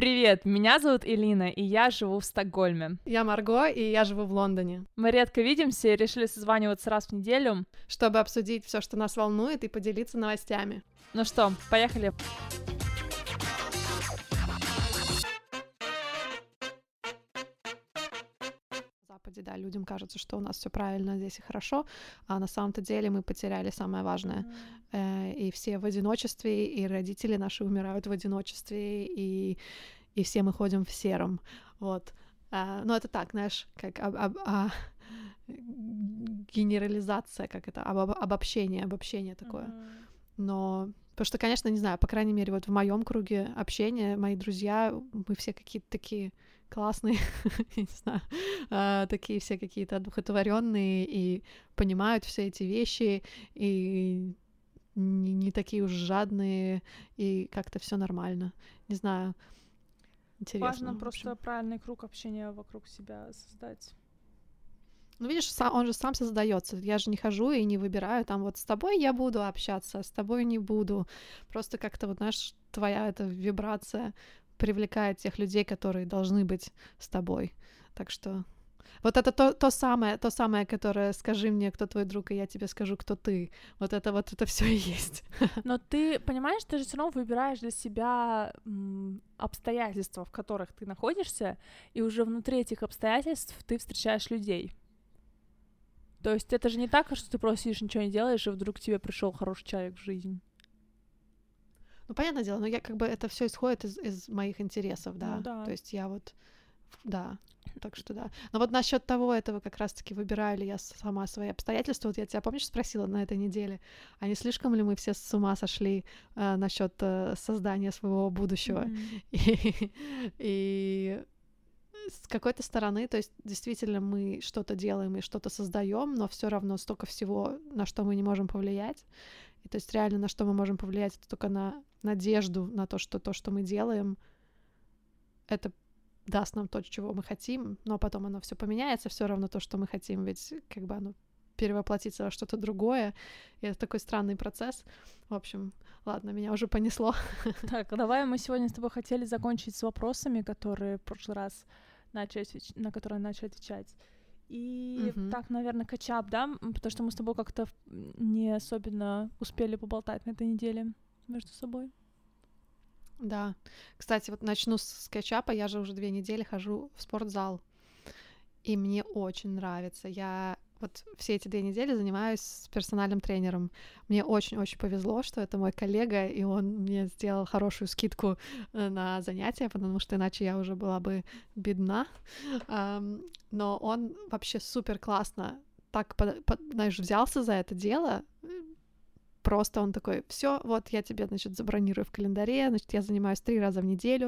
Привет, меня зовут Элина, и я живу в Стокгольме. Я Марго, и я живу в Лондоне. Мы редко видимся и решили созваниваться раз в неделю, чтобы обсудить все, что нас волнует, и поделиться новостями. Ну что, поехали. Да, людям кажется, что у нас все правильно здесь и хорошо, а на самом-то деле мы потеряли самое важное. И все в одиночестве, и родители наши умирают в одиночестве, и все мы ходим в сером. Вот. Но это так, знаешь, как генерализация, как это, обобщение такое. Но потому что, конечно, не знаю, по крайней мере, вот в моем круге общения, мои друзья, мы все какие-то такие классные, не знаю, такие все какие-то одухотворенные и понимают все эти вещи, и не такие уж жадные, и как-то все нормально. Не знаю, интересно. Важно просто правильный круг общения вокруг себя создать. Ну, видишь, он же сам создается. Я же не хожу и не выбираю там вот с тобой я буду общаться, с тобой не буду. Просто как-то вот, знаешь, твоя эта вибрация привлекает тех людей, которые должны быть с тобой. Так что вот это то самое, которое скажи мне, кто твой друг, и я тебе скажу, кто ты. Вот это все и есть. Но ты понимаешь, ты же все равно выбираешь для себя обстоятельства, в которых ты находишься, и уже внутри этих обстоятельств ты встречаешь людей. То есть это же не так, что ты просто сидишь, ничего не делаешь, и вдруг к тебе пришел хороший человек в жизнь. Ну, понятное дело, но я как бы это все исходит из моих интересов, да. Ну, да. То есть я вот, да, так что да. Но вот насчет того этого как раз-таки выбираю ли я сама свои обстоятельства. Вот я тебя, помнишь, спросила на этой неделе, а не слишком ли мы все с ума сошли насчет создания своего будущего? И с какой-то стороны, то есть действительно мы что-то делаем и что-то создаем, но все равно столько всего, на что мы не можем повлиять. И то есть реально на что мы можем повлиять, это только на надежду на то, что мы делаем, это даст нам то, чего мы хотим, но потом оно все поменяется, все равно то, что мы хотим, ведь как бы оно перевоплотится во что-то другое, и это такой странный процесс. В общем, ладно, меня уже понесло. Так, давай мы сегодня с тобой хотели закончить с вопросами, которые в прошлый раз на которые начали отвечать. И так, наверное, качап, да? Потому что мы с тобой как-то не особенно успели поболтать на этой неделе между собой. Да. Кстати, вот начну с качапа. Я же уже 2 недели хожу в спортзал. И мне очень нравится. Я вот все эти 2 недели занимаюсь с персональным тренером. Мне очень-очень повезло, что это мой коллега, и он мне сделал хорошую скидку на занятия, потому что иначе я уже была бы бедна. Но он вообще супер классно так, знаешь, взялся за это дело. Просто он такой: все, вот я тебе, значит, забронирую в календаре, значит, я занимаюсь 3 раза в неделю,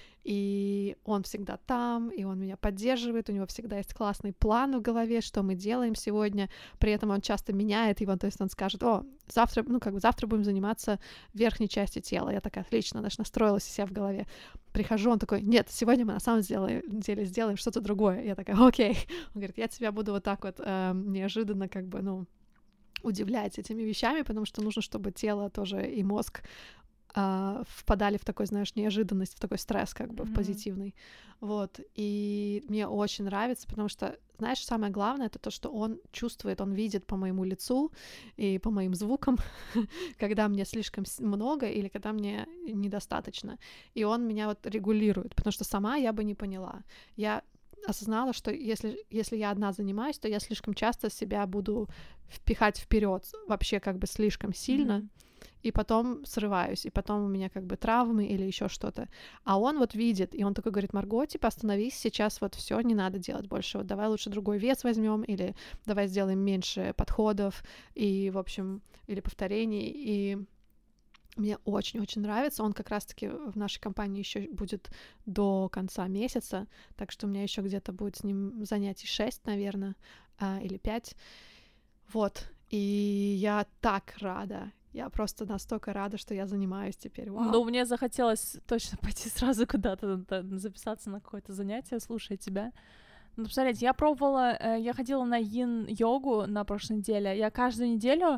и он всегда там, и он меня поддерживает, у него всегда есть классный план в голове, что мы делаем сегодня, при этом он часто меняет его, то есть он скажет: завтра, завтра будем заниматься верхней частью тела. Я такая: отлично, значит, настроилась у себя в голове. Прихожу, он такой: нет, сегодня мы на самом деле сделаем что-то другое. Я такая: окей. Он говорит: я тебя буду вот так вот неожиданно как бы, удивлять этими вещами, потому что нужно, чтобы тело тоже и мозг впадали в такой, знаешь, неожиданность, в такой стресс как бы, в позитивный. Вот. И мне очень нравится, потому что, знаешь, самое главное — это то, что он чувствует, он видит по моему лицу и по моим звукам, когда мне слишком много или когда мне недостаточно. И он меня вот регулирует, потому что сама я бы не поняла. Я осознала, что если я одна занимаюсь, то я слишком часто себя буду впихать вперед вообще как бы слишком сильно, и потом срываюсь, и потом у меня как бы травмы или еще что-то. А он вот видит, и он такой говорит: Марго, типа, остановись, сейчас вот все, не надо делать больше, вот давай лучше другой вес возьмем, или давай сделаем меньше подходов, и, в общем, или повторений, и мне очень-очень нравится. Он как раз-таки в нашей компании еще будет до конца месяца, так что у меня еще где-то будет с ним занятий 6, наверное, или 5. Вот. И я так рада. Я просто настолько рада, что я занимаюсь теперь. Вау. Ну, мне захотелось точно пойти сразу куда-то, записаться на какое-то занятие, слушая тебя. Ну, посмотрите, я ходила на йогу на прошлой неделе. Я каждую неделю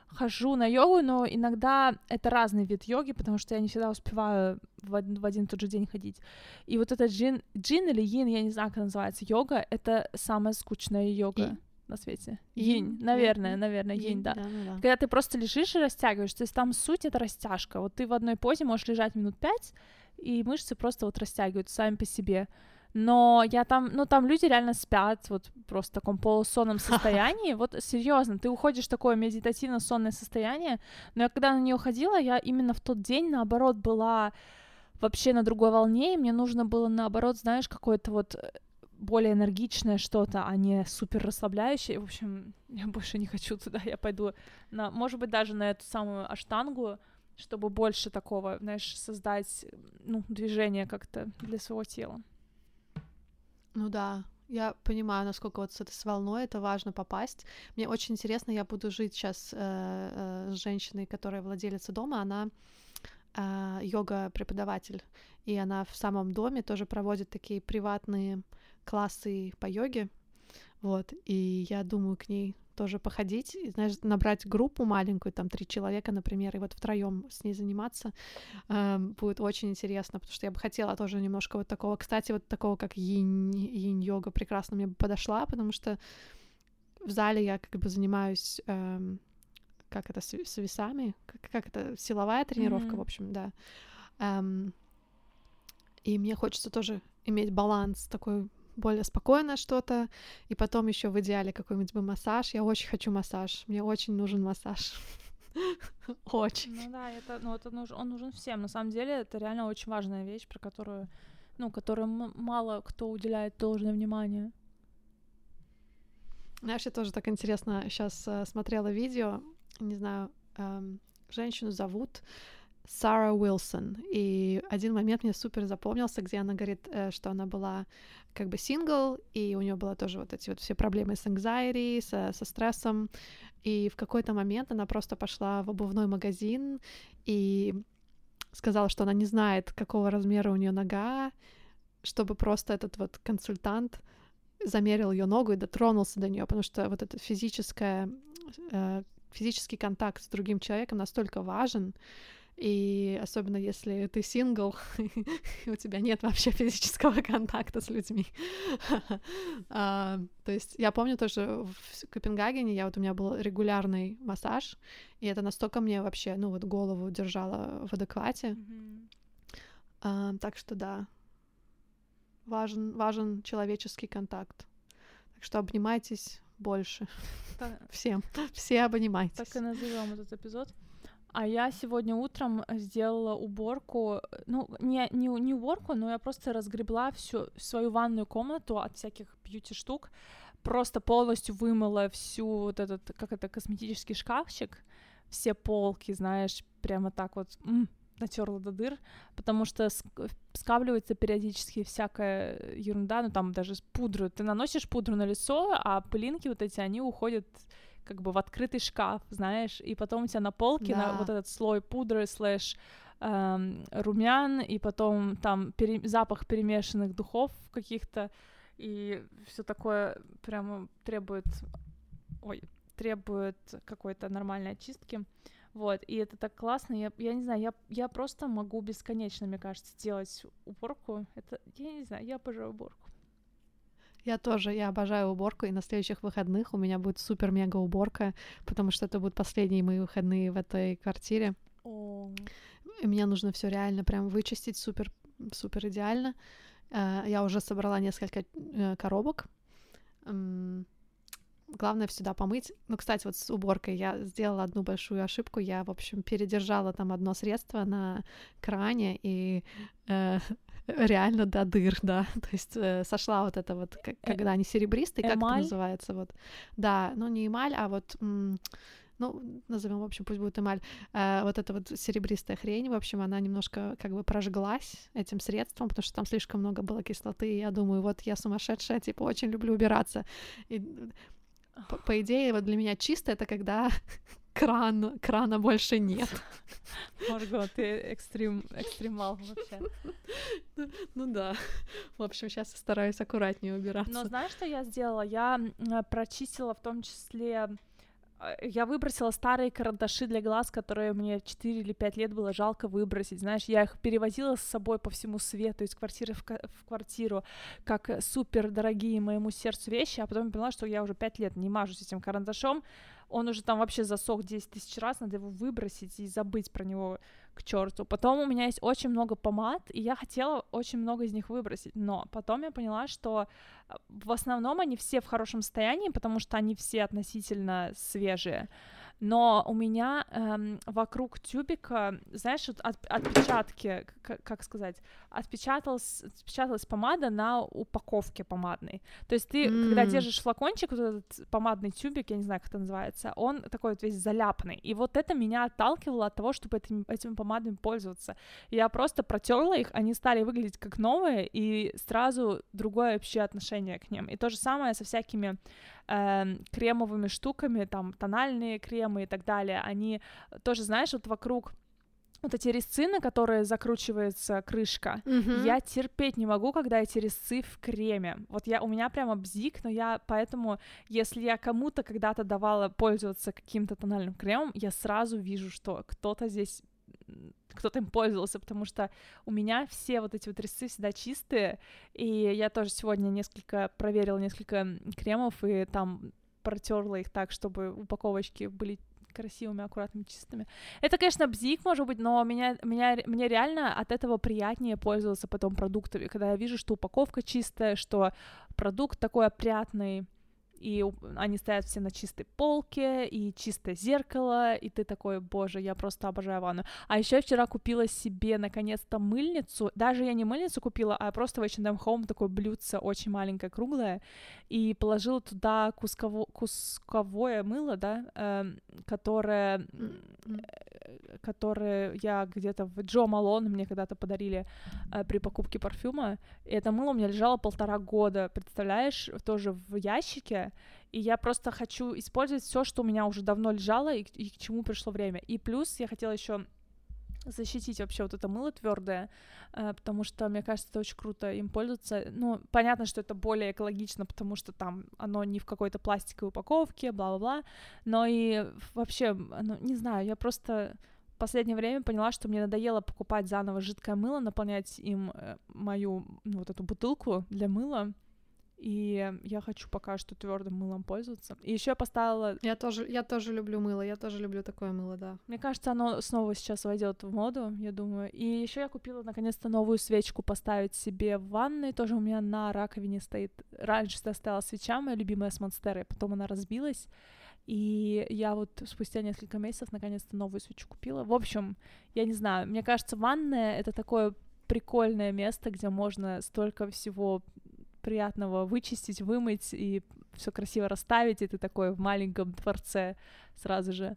хожу на йогу, но иногда это разный вид йоги, потому что я не всегда успеваю в один и тот же день ходить. И вот этот джин или йин, я не знаю, как называется, йога, это самая скучная йога на свете. Йинь, наверное, йинь, да. Когда ты просто лежишь и растягиваешь, то есть там суть — это растяжка. Вот ты в одной позе можешь лежать минут 5, и мышцы просто вот растягиваются сами по себе. Но там люди реально спят вот просто в таком полусонном состоянии. Вот серьезно, ты уходишь в такое медитативно-сонное состояние. Но я когда на нее ходила, я именно в тот день, наоборот, была вообще на другой волне, и мне нужно было, наоборот, знаешь, какое-то вот более энергичное что-то, а не супер расслабляющее. В общем, я больше не хочу туда, я пойду может быть, даже на эту самую аштангу, чтобы больше такого, знаешь, создать, движение как-то для своего тела. Ну да, я понимаю, насколько вот с волной это важно попасть. Мне очень интересно, я буду жить сейчас с женщиной, которая владелица дома, она йога-преподаватель, и она в самом доме тоже проводит такие приватные классы по йоге, вот, и я думаю к ней тоже походить, и, знаешь, набрать группу маленькую, там 3 человека, например, и вот втроем с ней заниматься, будет очень интересно, потому что я бы хотела тоже немножко вот такого, кстати, вот такого, как йинь-йога прекрасно мне бы подошла, потому что в зале я как бы занимаюсь, как это, с весами, как это, силовая тренировка, в общем, да, и мне хочется тоже иметь баланс такой, более спокойное что-то, и потом еще в идеале какой-нибудь бы массаж. Я очень хочу массаж, мне очень нужен массаж. Очень. Ну да, он нужен всем. На самом деле, это реально очень важная вещь, про которую мало кто уделяет должное внимание. Знаешь, я тоже так интересно сейчас смотрела видео, не знаю, женщину зовут Сара Уилсон, и один момент мне супер запомнился, где она говорит, что она была как бы сингл, и у нее было тоже вот эти вот все проблемы с anxiety, со стрессом, и в какой-то момент она просто пошла в обувной магазин и сказала, что она не знает, какого размера у нее нога, чтобы просто этот вот консультант замерил ее ногу и дотронулся до нее, потому что вот этот физический контакт с другим человеком настолько важен, и особенно если ты сингл, у тебя нет вообще физического контакта с людьми. То есть я помню тоже в Копенгагене у меня был регулярный массаж, и это настолько мне вообще, голову держало в адеквате. Так что да, важен человеческий контакт. Так что обнимайтесь больше. Все обнимайтесь. Так и назовем этот эпизод. А я сегодня утром сделала уборку, не уборку, но я просто разгребла всю свою ванную комнату от всяких бьюти-штук, просто полностью вымыла всю вот этот, косметический шкафчик, все полки, знаешь, прямо так вот натерла до дыр, потому что скапливается периодически всякая ерунда, там даже пудру, ты наносишь пудру на лицо, а пылинки вот эти, они уходят как бы в открытый шкаф, знаешь, и потом у тебя на полке вот этот слой пудры / румян, и потом там запах перемешанных духов каких-то, и все такое прямо требует какой-то нормальной очистки. Вот, и это так классно, я не знаю, я просто могу бесконечно, мне кажется, делать уборку, я не знаю, я обожаю уборку. Я тоже, я обожаю уборку, и на следующих выходных у меня будет супер-мега уборка, потому что это будут последние мои выходные в этой квартире. И мне нужно все реально прям вычистить супер идеально. Я уже собрала несколько коробок. Главное всегда помыть. Кстати, вот с уборкой я сделала одну большую ошибку. Я, в общем, передержала там одно средство на кране, и реально до дыр, да. То есть сошла вот это вот, когда они серебристые, как это называется? Вот. Да, не эмаль, а вот... назовем, в общем, пусть будет эмаль, вот эта вот серебристая хрень, в общем, она немножко как бы прожглась этим средством, потому что там слишком много было кислоты, и я думаю, вот я сумасшедшая, типа, очень люблю убираться. И, по идее, вот для меня чисто это когда крана больше нет. Марго, ты экстремал вообще. Да. В общем, сейчас я стараюсь аккуратнее убираться. Но знаешь, что я сделала? Я прочистила в том числе Я выбросила старые карандаши для глаз, которые мне 4 или 5 лет было жалко выбросить, знаешь, я их перевозила с собой по всему свету, из квартиры в квартиру, как супер дорогие моему сердцу вещи, а потом я поняла, что я уже 5 лет не мажусь этим карандашом, он уже там вообще засох 10 тысяч раз, надо его выбросить и забыть про него к черту. Потом у меня есть очень много помад, и я хотела очень много из них выбросить, но потом я поняла, что в основном они все в хорошем состоянии, потому что они все относительно свежие. Но у меня вокруг тюбика, знаешь, вот отпечатки, как сказать, отпечаталась помада на упаковке помадной. То есть ты, когда держишь флакончик, вот этот помадный тюбик, я не знаю, как это называется, он такой вот весь заляпанный. И вот это меня отталкивало от того, чтобы этими помадами пользоваться. Я просто протерла их, они стали выглядеть как новые, и сразу другое вообще отношение к ним. И то же самое со всякими кремовыми штуками, там, тональные кремы и так далее, они тоже, знаешь, вот вокруг вот эти резцы, на которые закручивается крышка, я терпеть не могу, когда эти резцы в креме. Вот у меня прямо бзик, но я поэтому, если я кому-то когда-то давала пользоваться каким-то тональным кремом, я сразу вижу, что кто-то им пользовался, потому что у меня все вот эти вот резцы всегда чистые, и я тоже сегодня проверила несколько кремов, и там протерла их так, чтобы упаковочки были красивыми, аккуратными, чистыми. Это, конечно, бзик, может быть, но мне реально от этого приятнее пользоваться потом продуктами, когда я вижу, что упаковка чистая, что продукт такой опрятный, и они стоят все на чистой полке, и чистое зеркало, и ты такой, боже, я просто обожаю ванну. А еще я вчера купила себе, наконец-то, мыльницу, даже я не мыльницу купила, а просто в H&M Home такое блюдце очень маленькое, круглое, и положила туда кусковое мыло, да, которое я где-то в Джо Малон мне когда-то подарили при покупке парфюма, и это мыло у меня лежало 1,5 года, представляешь, тоже в ящике, и я просто хочу использовать все, что у меня уже давно лежало, и к чему пришло время. И плюс я хотела еще защитить вообще вот это мыло твердое, потому что, мне кажется, это очень круто им пользоваться. Ну, понятно, что это более экологично, потому что там оно не в какой-то пластиковой упаковке, бла-бла-бла, но и вообще, не знаю, я просто в последнее время поняла, что мне надоело покупать заново жидкое мыло, наполнять им мою вот эту бутылку для мыла, и я хочу пока что твердым мылом пользоваться. И еще я поставила... Я тоже люблю мыло, я тоже люблю такое мыло, да. Мне кажется, оно снова сейчас войдет в моду, я думаю. И еще я купила наконец-то новую свечку поставить себе в ванной. Тоже у меня на раковине стоит... Раньше стояла свеча, моя любимая с Монстерой, потом она разбилась. И я вот спустя несколько месяцев наконец-то новую свечу купила. В общем, я не знаю, мне кажется, ванная — это такое прикольное место, где можно столько всего приятного вычистить, вымыть и все красиво расставить, и ты такой в маленьком дворце сразу же.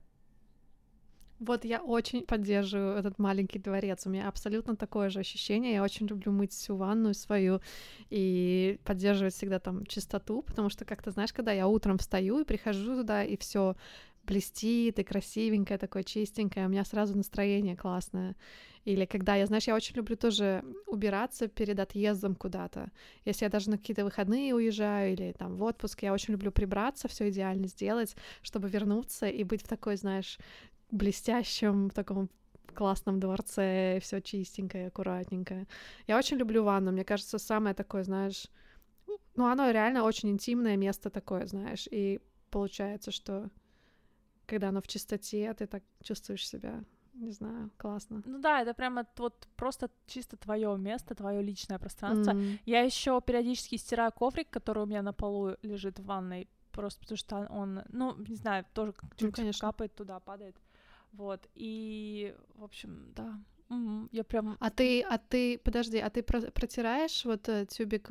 Вот я очень поддерживаю этот маленький дворец. У меня абсолютно такое же ощущение. Я очень люблю мыть всю ванную свою и поддерживать всегда там чистоту, потому что как-то, знаешь, когда я утром встаю и прихожу туда, и все блестит, и красивенькое, такое чистенькое, у меня сразу настроение классное. Или когда я очень люблю тоже убираться перед отъездом куда-то. Если я даже на какие-то выходные уезжаю или там в отпуск, я очень люблю прибраться, все идеально сделать, чтобы вернуться и быть в такой, знаешь, блестящем, в таком классном дворце, все чистенькое, аккуратненькое. Я очень люблю ванну, мне кажется, самое такое, знаешь, оно реально очень интимное место такое, знаешь, и получается, что когда оно в чистоте, ты так чувствуешь себя, не знаю, классно. Ну да, это прямо вот просто чисто твое место, твое личное пространство. Я еще периодически стираю коврик, который у меня на полу лежит в ванной, просто потому что он, не знаю, тоже чуть-чуть капает туда, падает. Вот, и, в общем, да, я прям... А ты, подожди, а ты протираешь вот тюбик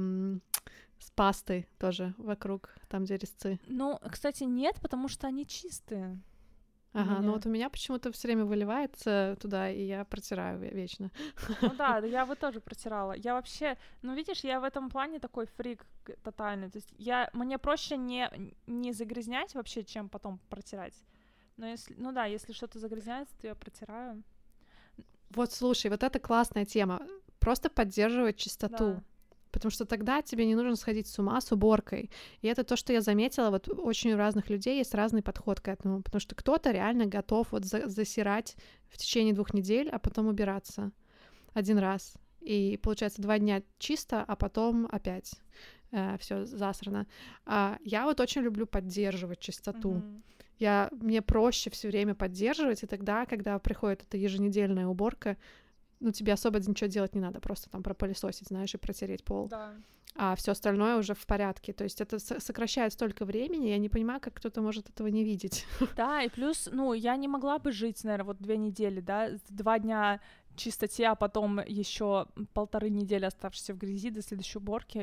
с пастой тоже вокруг, там, где резцы? Ну, кстати, нет, потому что они чистые. Ага, ну вот у меня почему-то все время выливается туда, и я протираю вечно. Ну да, я бы тоже протирала. Я вообще, видишь, я в этом плане такой фрик тотальный. То есть мне проще не загрязнять вообще, чем потом протирать. Но если что-то загрязняется, то я протираю. Вот, слушай, вот это классная тема. Просто поддерживать чистоту. Да. потому что тогда тебе не нужно сходить с ума с уборкой. И это то, что я заметила, вот очень у разных людей есть разный подход к этому, потому что кто-то реально готов вот засирать в течение 2 недель, а потом убираться 1 раз. И получается 2 дня чисто, а потом опять все засрано. А я вот очень люблю поддерживать чистоту. Мне проще все время поддерживать, и тогда, когда приходит эта еженедельная уборка, ну, тебе особо ничего делать не надо, просто там пропылесосить, знаешь, и протереть пол. Да. А все остальное уже в порядке. То есть это сокращает столько времени, я не понимаю, как кто-то может этого не видеть. Да, и плюс, ну, я не могла бы жить, наверное, вот 2 недели, да, 2 дня в чистоте, а потом еще 1,5 недели оставшиеся в грязи до следующей уборки.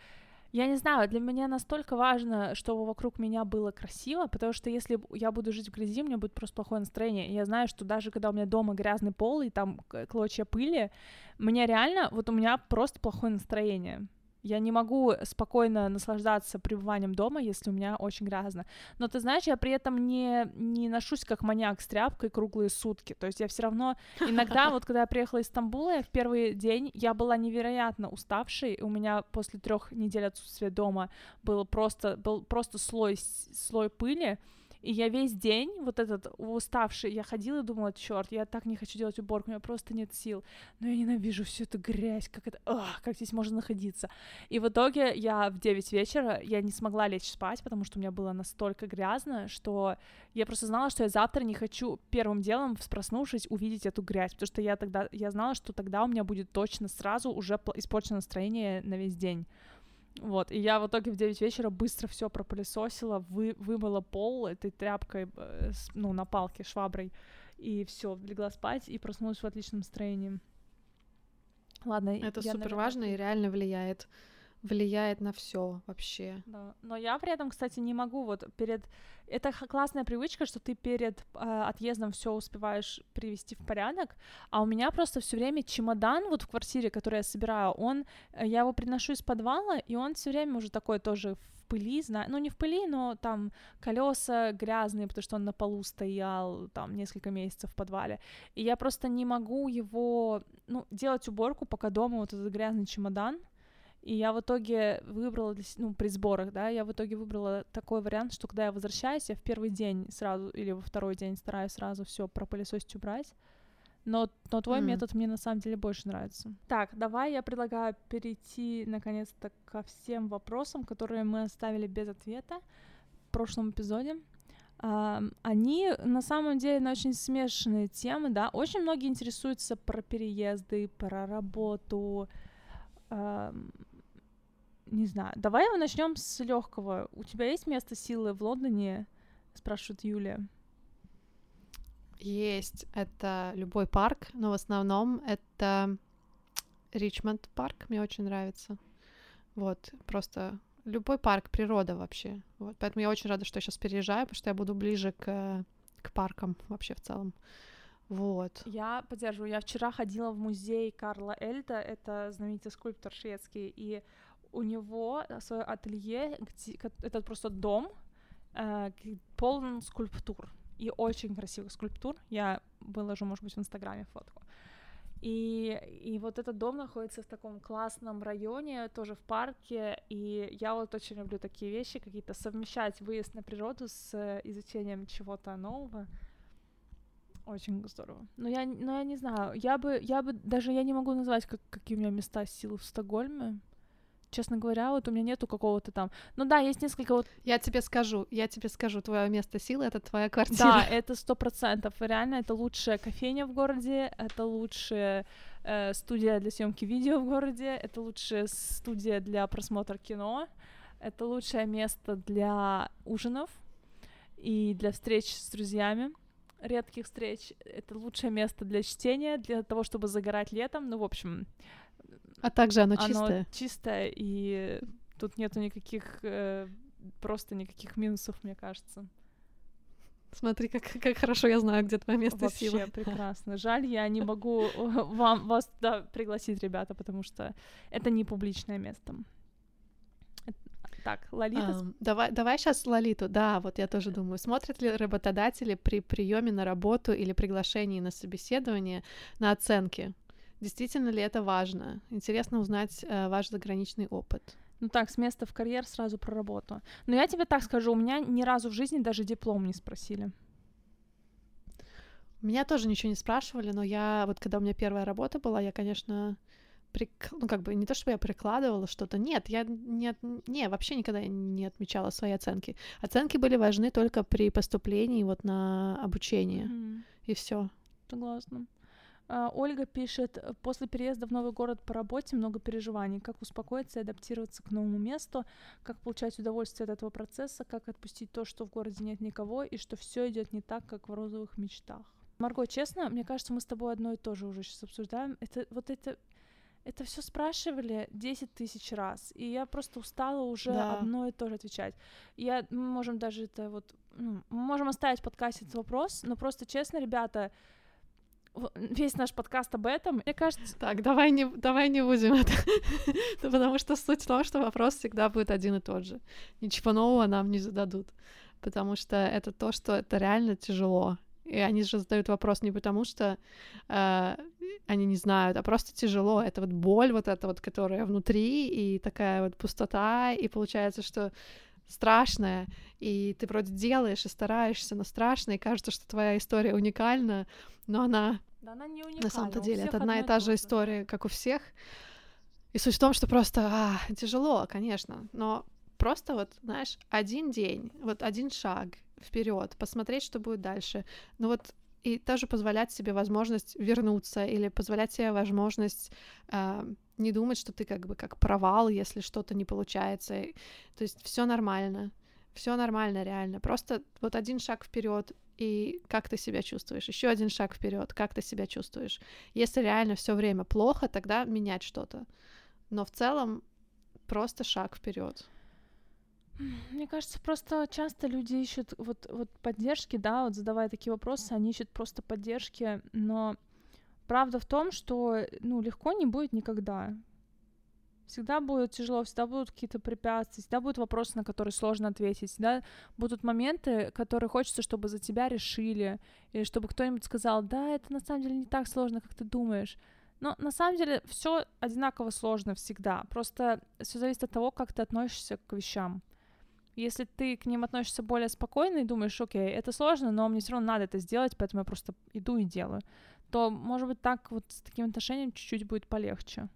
Я не знаю, для меня настолько важно, чтобы вокруг меня было красиво, потому что если я буду жить в грязи, у меня будет просто плохое настроение. И я знаю, что даже когда у меня дома грязный пол и там клочья пыли, мне реально, вот у меня просто плохое настроение. Я не могу спокойно наслаждаться пребыванием дома, если у меня очень грязно. Но ты знаешь, я при этом не ношусь как маньяк с тряпкой круглые сутки. То есть я все равно иногда, вот когда я приехала из Стамбула, в первый день я была невероятно уставшей. У меня после 3 недель отсутствия дома был просто слой пыли. И я весь день, вот этот уставший, я ходила и думала, чёрт, я так не хочу делать уборку, у меня просто нет сил. Но я ненавижу всю эту грязь, как здесь можно находиться. И в итоге я в 9 вечера, я не смогла лечь спать, потому что у меня было настолько грязно, что я просто знала, что я завтра не хочу первым делом, проснувшись, увидеть эту грязь, потому что я знала, что тогда у меня будет точно сразу уже испорчено настроение на весь день. Вот, и я в итоге в 9 вечера быстро все пропылесосила, вымыла пол этой тряпкой, на палке, шваброй, и все, легла спать и проснулась в отличном настроении. Ладно, это супер важно и реально влияет на все вообще. Да. Но я при этом, кстати, не могу это классная привычка, что ты перед отъездом все успеваешь привести в порядок, а у меня просто все время чемодан вот в квартире, который я собираю, я его приношу из подвала, и он все время уже такой тоже в пыли, ну не в пыли, но там колеса грязные, потому что он на полу стоял там несколько месяцев в подвале, и я просто не могу его, делать уборку, пока дома вот этот грязный чемодан. И я в итоге выбрала, при сборах, да, я в итоге выбрала такой вариант, что когда я возвращаюсь, я в первый день сразу или во второй день стараюсь сразу все пропылесосить, убрать. Но твой метод мне на самом деле больше нравится. Так, давай я предлагаю перейти наконец-то ко всем вопросам, которые мы оставили без ответа в прошлом эпизоде. Они на самом деле на очень смешанные темы, да. Очень многие интересуются про переезды, про работу. Не знаю. Давай начнем с легкого. У тебя есть место силы в Лондоне? Спрашивает Юлия. Есть. Это любой парк, но в основном это Ричмонд парк. Мне очень нравится. Вот, просто любой парк, природа вообще. Вот, поэтому я очень рада, что я сейчас переезжаю, потому что я буду ближе к паркам вообще в целом. Вот. Я поддерживаю. Я вчера ходила в музей Карла Эльда, это знаменитый скульптор шведский, и у него свое ателье, это просто дом, полон скульптур, и очень красивых скульптур. Я выложу, может быть, в Инстаграме фотку. И вот этот дом находится в таком классном районе, тоже в парке, и я вот очень люблю такие вещи, какие-то совмещать выезд на природу с изучением чего-то нового. Очень здорово. Но я не знаю, я бы даже я не могу назвать, какие у меня места силы в Стокгольме. Честно говоря, вот у меня нету какого-то там... Ну да, есть несколько вот... Я тебе скажу, твое место силы — это твоя квартира. Да, это 100%. Реально, это лучшая кофейня в городе, это лучшая студия для съемки видео в городе, это лучшая студия для просмотра кино, это лучшее место для ужинов и для встреч с друзьями, редких встреч. Это лучшее место для чтения, для того, чтобы загорать летом. Ну, в общем... А также оно чистое. Оно чистое, и тут нету никаких, просто никаких минусов, мне кажется. Смотри, как хорошо я знаю, где твое место силы. Вообще прекрасно. Жаль, я не могу вас туда пригласить, ребята, потому что это не публичное место. Так, Лолита. Давай сейчас Лолиту. Да, вот я тоже думаю. Смотрят ли работодатели при приеме на работу или приглашении на собеседование на оценки? действительно ли это важно. Интересно узнать ваш заграничный опыт. Ну так, с места в карьер сразу про работу. Но я тебе так скажу, у меня ни разу в жизни даже диплом не спросили. Меня тоже ничего не спрашивали, но я, вот когда у меня первая работа была, я, конечно, ну, как бы не то, чтобы я прикладывала что-то, нет, я вообще никогда не отмечала свои оценки. Оценки были важны только при поступлении вот на обучение, и все. Согласна. Ольга пишет, после переезда в новый город по работе много переживаний. Как успокоиться и адаптироваться к новому месту, как получать удовольствие от этого процесса, как отпустить то, что в городе нет никого, и что все идет не так, как в розовых мечтах. Марго, честно, мне кажется, мы с тобой одно и то же уже сейчас обсуждаем. Это все спрашивали 10 тысяч раз, и я просто устала уже одно и то же отвечать. Мы можем даже это вот... мы можем оставить в подкасте этот вопрос, но просто честно, ребята, весь наш подкаст об этом, мне кажется... Так, давай не будем это, потому что суть в том, что вопрос всегда будет один и тот же. Ничего нового нам не зададут, потому что это то, что это реально тяжело. И они же задают вопрос не потому, что они не знают, а просто тяжело. Это вот боль вот эта вот, которая внутри, и такая вот пустота, и получается, что страшная, и ты вроде делаешь и стараешься, но страшно, и кажется, что твоя история уникальна, но она не уникальна. На самом-то деле это одна и та же история, как у всех. И суть в том, что просто тяжело, конечно, но просто вот, знаешь, один день, вот один шаг вперед, посмотреть, что будет дальше. Ну вот и тоже позволять себе возможность вернуться или позволять себе возможность не думать, что ты как бы как провал, если что-то не получается. То есть все нормально реально. Просто вот один шаг вперед, и как ты себя чувствуешь. Еще один шаг вперед, как ты себя чувствуешь. Если реально все время плохо, тогда менять что-то. Но в целом просто шаг вперед. Мне кажется, просто часто люди ищут вот поддержки, да, вот задавая такие вопросы, они ищут просто поддержки, но правда в том, что, легко не будет никогда. Всегда будет тяжело, всегда будут какие-то препятствия, всегда будут вопросы, на которые сложно ответить, всегда будут моменты, которые хочется, чтобы за тебя решили, или чтобы кто-нибудь сказал, да, это на самом деле не так сложно, как ты думаешь. Но на самом деле все одинаково сложно всегда, просто все зависит от того, как ты относишься к вещам. Если ты к ним относишься более спокойно и думаешь, окей, это сложно, но мне все равно надо это сделать, поэтому я просто иду и делаю, то, может быть, так вот с таким отношением чуть-чуть будет полегче.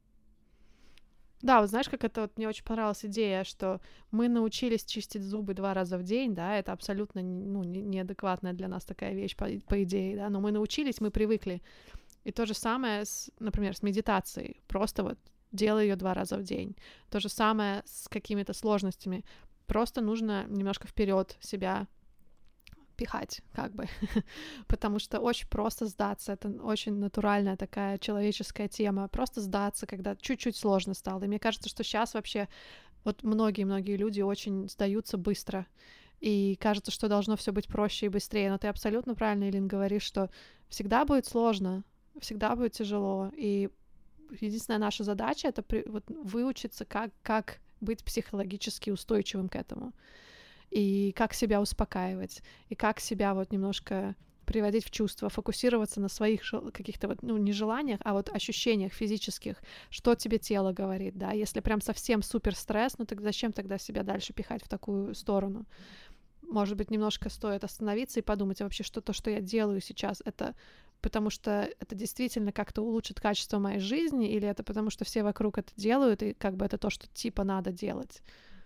Да, вот знаешь, как это вот мне очень понравилась идея, что мы научились чистить зубы 2 раза в день, да, это абсолютно, неадекватная для нас такая вещь, по идее, да, но мы научились, мы привыкли. И то же самое, например, с медитацией, просто вот делай ее 2 раза в день. То же самое с какими-то сложностями. Просто нужно немножко вперед себя пихать, как бы, потому что очень просто сдаться, это очень натуральная такая человеческая тема, просто сдаться, когда чуть-чуть сложно стало. И мне кажется, что сейчас вообще вот многие люди очень сдаются быстро, и кажется, что должно все быть проще и быстрее, но ты абсолютно правильно, Илин, говоришь, что всегда будет сложно, всегда будет тяжело, и единственная наша задача — это вот выучиться, как быть психологически устойчивым к этому, и как себя успокаивать, и как себя вот немножко приводить в чувство, фокусироваться на своих каких-то вот, не желаниях, а вот ощущениях физических, что тебе тело говорит, да, если прям совсем супер стресс, так зачем тогда себя дальше пихать в такую сторону? Может быть, немножко стоит остановиться и подумать, а вообще что-то, что я делаю сейчас, это потому что это действительно как-то улучшит качество моей жизни, или это потому что все вокруг это делают, и как бы это то, что типа надо делать?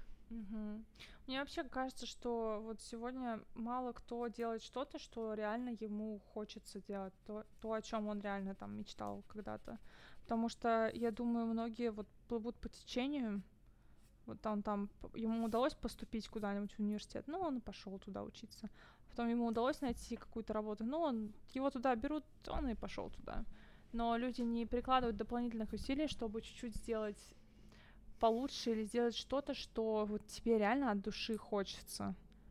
Мне вообще кажется, что вот сегодня мало кто делает что-то, что реально ему хочется делать, то, о чем он реально там мечтал когда-то. Потому что, я думаю, многие вот плывут по течению. Вот там ему удалось поступить куда-нибудь в университет, он пошел туда учиться. Потом ему удалось найти какую-то работу, его туда берут, он и пошел туда. Но люди не прикладывают дополнительных усилий, чтобы чуть-чуть сделать получше или сделать что-то, что вот тебе реально от души хочется.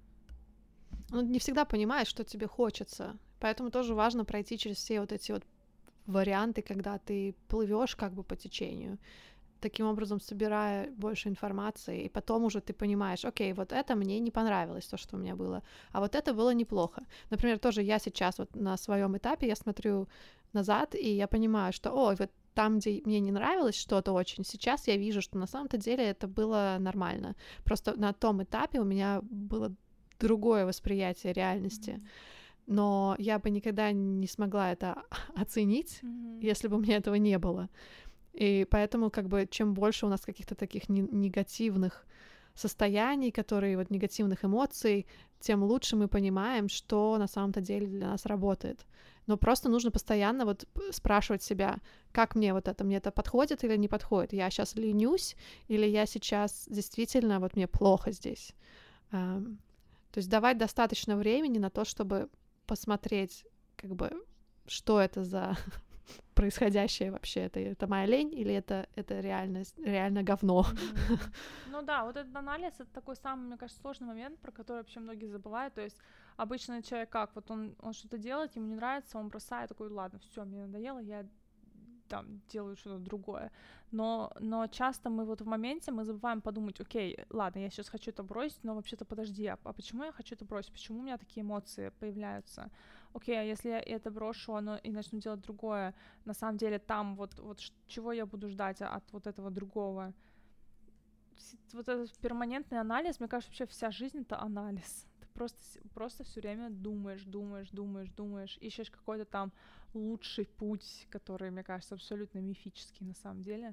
Не всегда понимаешь, что тебе хочется. Поэтому тоже важно пройти через все вот эти вот варианты, когда ты плывешь как бы по течению. таким образом собирая больше информации, и потом уже ты понимаешь, окей, вот это мне не понравилось, то, что у меня было, а вот это было неплохо. Например, тоже я сейчас вот на своем этапе, я смотрю назад, и я понимаю, что, вот там, где мне не нравилось что-то очень, сейчас я вижу, что на самом-то деле это было нормально. Просто на том этапе у меня было другое восприятие реальности. Но я бы никогда не смогла это оценить, если бы у меня этого не было. И поэтому, как бы, чем больше у нас каких-то таких негативных состояний, которые вот негативных эмоций, тем лучше мы понимаем, что на самом-то деле для нас работает. Но просто нужно постоянно вот спрашивать себя, как мне это подходит или не подходит? Я сейчас ленюсь или я сейчас действительно, вот мне плохо здесь? То есть давать достаточно времени на то, чтобы посмотреть, как бы, что это за происходящее вообще, это моя лень или это реально говно. Ну да, вот этот анализ, это такой самый, мне кажется, сложный момент, про который вообще многие забывают. То есть обычно человек как, вот он что-то делает, ему не нравится, он бросает, такой, ладно, все, мне надоело, я там делаю что-то другое. Но часто мы вот в моменте мы забываем подумать, окей, ладно, я сейчас хочу это бросить, но вообще-то подожди, а почему я хочу это бросить? Почему у меня такие эмоции появляются? Окей, а если я это брошу и начну делать другое, на самом деле там вот чего я буду ждать от вот этого другого? Вот этот перманентный анализ, мне кажется, вообще вся жизнь — это анализ. Ты просто все время думаешь, ищешь какой-то там лучший путь, который, мне кажется, абсолютно мифический на самом деле.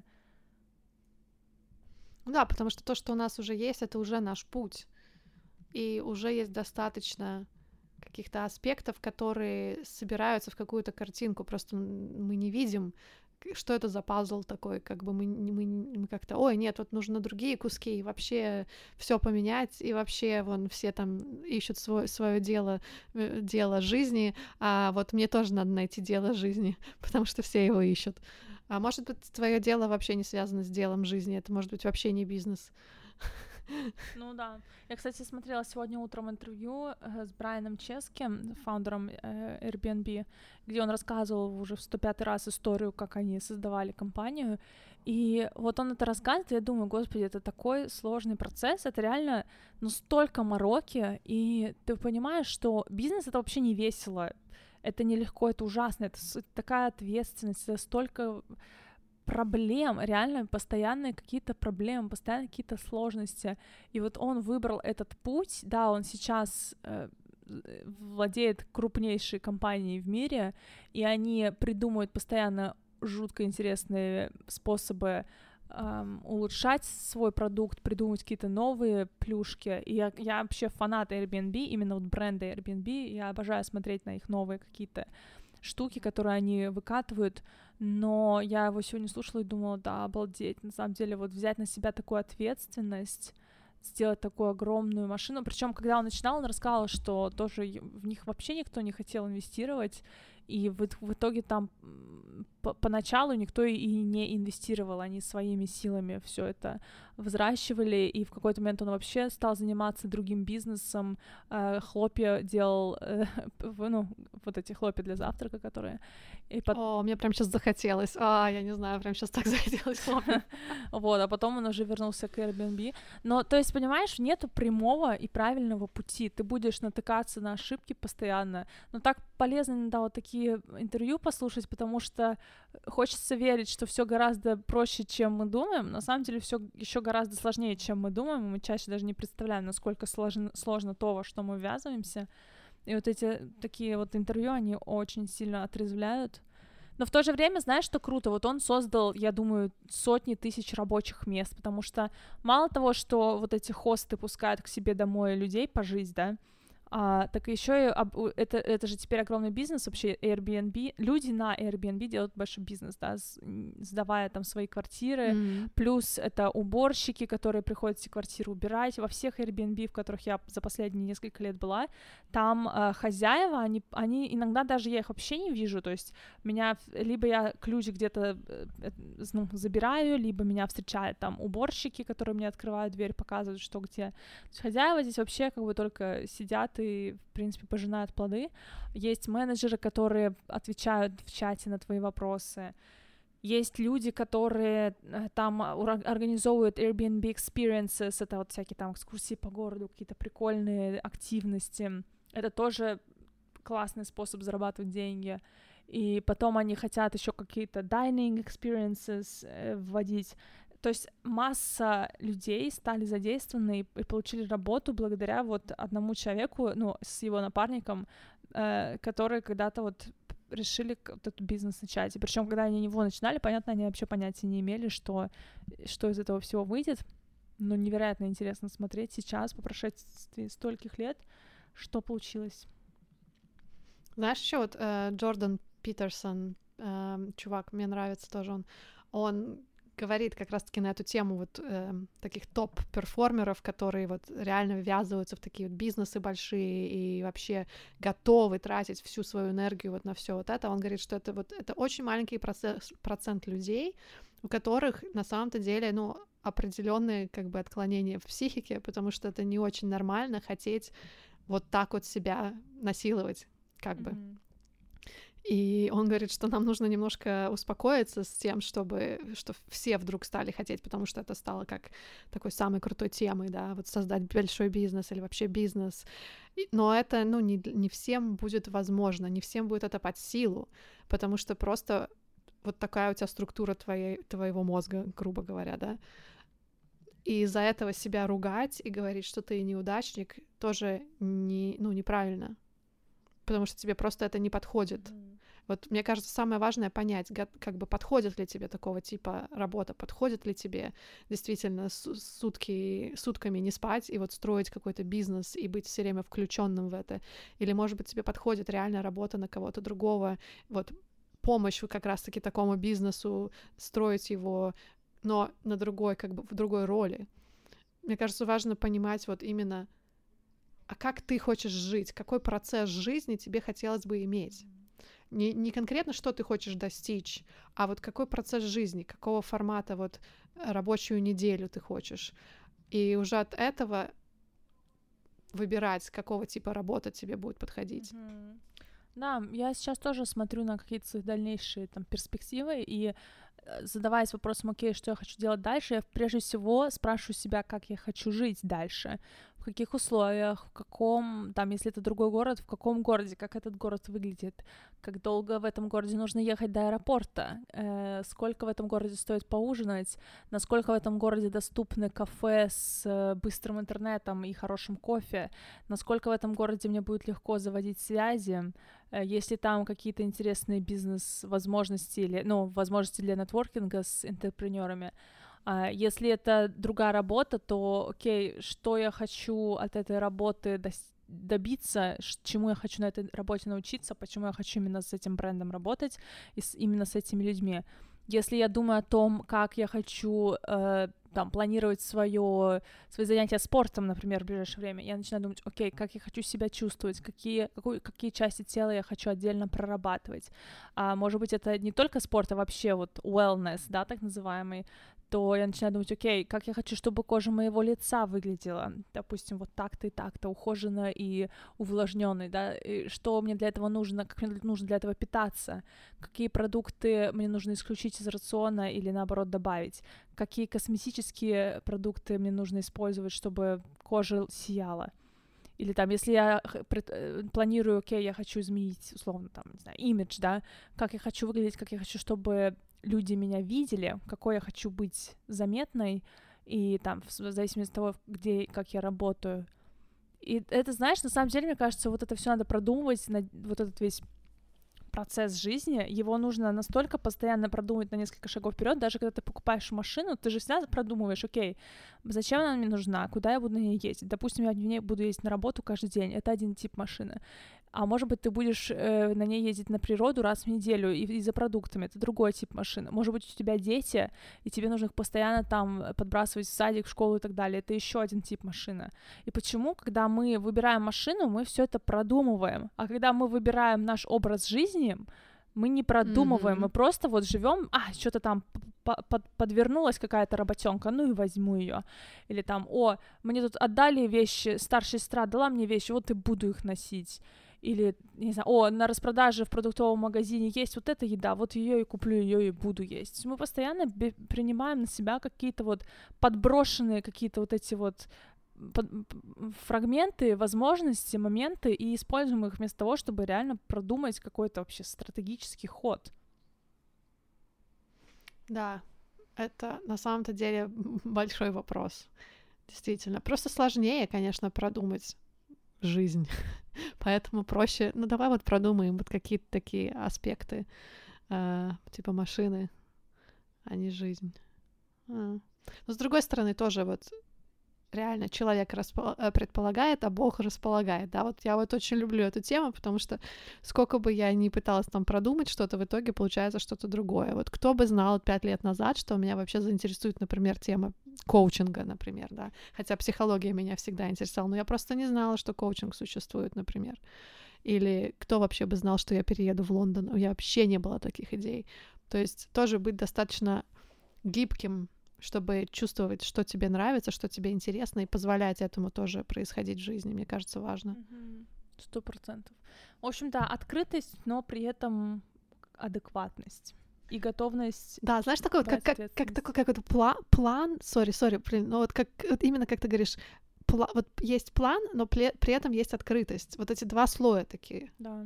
Да, потому что то, что у нас уже есть, это уже наш путь. И уже есть достаточно каких-то аспектов, которые собираются в какую-то картинку. Просто мы не видим, что это за пазл такой, как бы мы как-то, нет, вот нужно другие куски, и вообще все поменять, и вообще вон все там ищут свое дело жизни, а вот мне тоже надо найти дело жизни, потому что все его ищут. А может быть, твое дело вообще не связано с делом жизни, это может быть вообще не бизнес. Ну да. Я, кстати, смотрела сегодня утром интервью с Брайаном Чески, фаундером Airbnb, где он рассказывал уже в 105-й раз историю, как они создавали компанию. И вот он это рассказывает, и я думаю, господи, это такой сложный процесс, это реально, столько мороки, и ты понимаешь, что бизнес — это вообще не весело, это нелегко, это ужасно, это такая ответственность, это столько проблем, реально постоянные какие-то проблемы, постоянно какие-то сложности. И вот он выбрал этот путь, да, он сейчас владеет крупнейшей компанией в мире, и они придумывают постоянно жутко интересные способы улучшать свой продукт, придумывать какие-то новые плюшки. И я вообще фанат Airbnb, именно вот бренда Airbnb, я обожаю смотреть на их новые какие-то штуки, которые они выкатывают, но я его сегодня слушала и думала, да, обалдеть, на самом деле, вот взять на себя такую ответственность, сделать такую огромную машину, причем, когда он начинал, он рассказал, что тоже в них вообще никто не хотел инвестировать, и в итоге там поначалу никто и не инвестировал, они своими силами все это взращивали, и в какой-то момент он вообще стал заниматься другим бизнесом, хлопья делал, вот эти хлопья для завтрака, которые... Мне прям сейчас захотелось, я не знаю, прям сейчас так захотелось хлопья. Вот, а потом он уже вернулся к Airbnb. Но, то есть, понимаешь, нету прямого и правильного пути, ты будешь натыкаться на ошибки постоянно, но так полезно иногда вот такие интервью послушать, потому что хочется верить, что все гораздо проще, чем мы думаем. На самом деле все еще гораздо сложнее, чем мы думаем. Мы чаще даже не представляем, насколько сложно то, во что мы ввязываемся. И вот эти такие вот интервью, они очень сильно отрезвляют. Но в то же время, знаешь, что круто? Вот он создал, я думаю, сотни тысяч рабочих мест, потому что мало того, что вот эти хосты пускают к себе домой людей пожить, да, так еще и это же теперь огромный бизнес вообще, Airbnb. Люди на Airbnb делают большой бизнес, да, сдавая там свои квартиры, плюс это уборщики, которые приходят эти квартиры убирать. Во всех Airbnb, в которых я за последние несколько лет была, там хозяева, они иногда даже я их вообще не вижу, то есть либо я ключ где-то забираю, либо меня встречают там уборщики, которые мне открывают дверь, показывают, что где. То есть хозяева здесь вообще как бы только сидят и, в принципе, пожинают плоды. Есть менеджеры, которые отвечают в чате на твои вопросы. Есть люди, которые там организовывают Airbnb experiences, это вот всякие там экскурсии по городу, какие-то прикольные активности. Это тоже классный способ зарабатывать деньги. И потом они хотят еще какие-то dining experiences вводить. То есть масса людей стали задействованы и получили работу благодаря вот одному человеку, ну, с его напарником, которые когда-то вот решили вот этот бизнес начать. И причем, когда они его начинали, понятно, они вообще понятия не имели, что из этого всего выйдет. Но невероятно интересно смотреть сейчас, по прошествии стольких лет, что получилось. Знаешь, еще вот Джордан Питерсон, чувак, мне нравится тоже он говорит как раз-таки на эту тему вот таких топ-перформеров, которые вот реально ввязываются в такие вот бизнесы большие и вообще готовы тратить всю свою энергию вот на все вот это. Он говорит, что это очень маленький процент людей, у которых на самом-то деле, ну, определенные как бы отклонения в психике, потому что это не очень нормально хотеть вот так вот себя насиловать, как бы. И он говорит, что нам нужно немножко успокоиться с тем, что все вдруг стали хотеть, потому что это стало как такой самой крутой темой, да, вот создать большой бизнес или вообще бизнес. Но это, ну, не всем будет возможно, не всем будет это под силу, потому что просто вот такая у тебя структура твоего мозга, грубо говоря, да. И из-за этого себя ругать и говорить, что ты неудачник, тоже неправильно. Потому что тебе просто это не подходит. Вот мне кажется, самое важное понять, как бы подходит ли тебе такого типа работа, подходит ли тебе действительно сутками не спать и вот строить какой-то бизнес и быть все время включенным в это. Или, может быть, тебе подходит реально работа на кого-то другого, вот помощь как раз-таки такому бизнесу, строить его, но на другой, как бы в другой роли. Мне кажется, важно понимать вот именно, а как ты хочешь жить, какой процесс жизни тебе хотелось бы иметь. Не конкретно, что ты хочешь достичь, а вот какой процесс жизни, какого формата вот рабочую неделю ты хочешь. И уже от этого выбирать, какого типа работа тебе будет подходить. Да, я сейчас тоже смотрю на какие-то свои дальнейшие там перспективы и задаваясь вопросом, окей, что я хочу делать дальше, я прежде всего спрашиваю себя, как я хочу жить дальше, в каких условиях, в каком, там, если это другой город, в каком городе, как этот город выглядит, как долго в этом городе нужно ехать до аэропорта, сколько в этом городе стоит поужинать, насколько в этом городе доступны кафе с быстрым интернетом и хорошим кофе, насколько в этом городе мне будет легко заводить связи, есть ли там какие-то интересные бизнес-возможности или, ну, возможности для нетворкинга с интерпренерами. Если это другая работа, то, окей, что я хочу от этой работы добиться, чему я хочу на этой работе научиться, почему я хочу именно с этим брендом работать и именно с этими людьми. Если я думаю о том, как я хочу там, планировать свои занятия спортом, например, в ближайшее время, я начинаю думать, окей, как я хочу себя чувствовать, какие части тела я хочу отдельно прорабатывать. Может быть, это не только спорт, а вообще вот wellness, да, так называемый, то я начинаю думать, окей, как я хочу, чтобы кожа моего лица выглядела, допустим, вот так-то и так-то, ухоженно и увлажненной, да, и что мне для этого нужно, как мне нужно для этого питаться, какие продукты мне нужно исключить из рациона или, наоборот, добавить, какие косметические продукты мне нужно использовать, чтобы кожа сияла. Или там, если я планирую, окей, я хочу изменить, условно, там, не знаю, имидж, да, как я хочу выглядеть, как я хочу, чтобы люди меня видели, какой я хочу быть заметной, и там, в зависимости от того, где, как я работаю. И это, знаешь, на самом деле, мне кажется, вот это все надо продумывать, вот этот весь процесс жизни, его нужно настолько постоянно продумывать на несколько шагов вперед, даже когда ты покупаешь машину, ты же всегда продумываешь, окей, зачем она мне нужна, куда я буду на ней ездить. Допустим, я в ней буду ездить на работу каждый день, это один тип машины. А может быть, ты будешь на ней ездить на природу раз в неделю и за продуктами, это другой тип машины. Может быть, у тебя дети, и тебе нужно их постоянно там подбрасывать в садик, в школу и так далее, это еще один тип машины. И почему, когда мы выбираем машину, мы все это продумываем, а когда мы выбираем наш образ жизни, мы не продумываем, мы просто вот живем, что-то там подвернулась какая-то работенка, ну и возьму ее. Или там, мне тут отдали вещи, старшая сестра дала мне вещи, вот и буду их носить. или, не знаю, на распродаже в продуктовом магазине есть вот эта еда, вот ее и куплю, ее и буду есть. Мы постоянно принимаем на себя какие-то вот подброшенные, какие-то вот эти вот фрагменты, возможности, моменты и используем их вместо того, чтобы реально продумать какой-то вообще стратегический ход. Да, это на самом-то деле большой вопрос. Действительно. Просто сложнее, конечно, продумать жизнь. Поэтому проще, давай вот продумаем вот какие-то такие аспекты, типа машины, а не жизнь. Но с другой стороны тоже вот реально человек предполагает, а Бог располагает, да, вот я вот очень люблю эту тему, потому что сколько бы я ни пыталась там продумать что-то, в итоге получается что-то другое. Вот кто бы знал 5 лет назад, что меня вообще заинтересует, например, тема коучинга, например, да, хотя психология меня всегда интересовала, но я просто не знала, что коучинг существует, например. Или кто вообще бы знал, что я перееду в Лондон? У меня вообще не было таких идей. То есть тоже быть достаточно гибким, чтобы чувствовать, что тебе нравится, что тебе интересно, и позволять этому тоже происходить в жизни, мне кажется, важно. 100%. В общем, да, открытость, но при этом адекватность и готовность. Да, знаешь, такой, как план, но вот именно как ты говоришь, вот есть план, но при этом есть открытость. Вот эти два слоя такие. Да.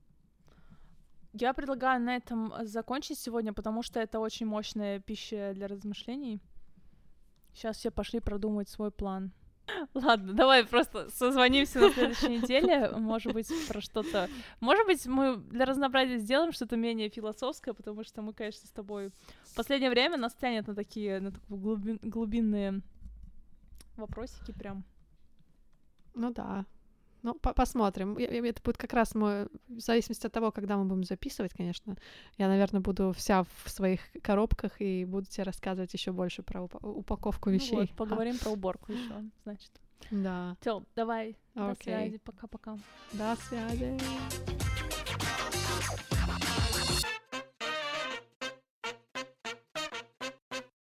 Я предлагаю на этом закончить сегодня, потому что это очень мощная пища для размышлений. Сейчас все пошли продумывать свой план. Ладно, давай просто созвонимся на следующей неделе. Может быть, про что-то... Может быть, мы для разнообразия сделаем что-то менее философское, потому что мы, конечно, с тобой... В последнее время нас тянет на такие глубинные вопросики прям. Ну да. Ну, посмотрим. Это будет как раз в зависимости от того, когда мы будем записывать, конечно. Я, наверное, буду вся в своих коробках и буду тебе рассказывать еще больше про упаковку вещей. Ну вот, поговорим про уборку еще, значит. Да. Всё, давай. До связи. Пока-пока. До связи.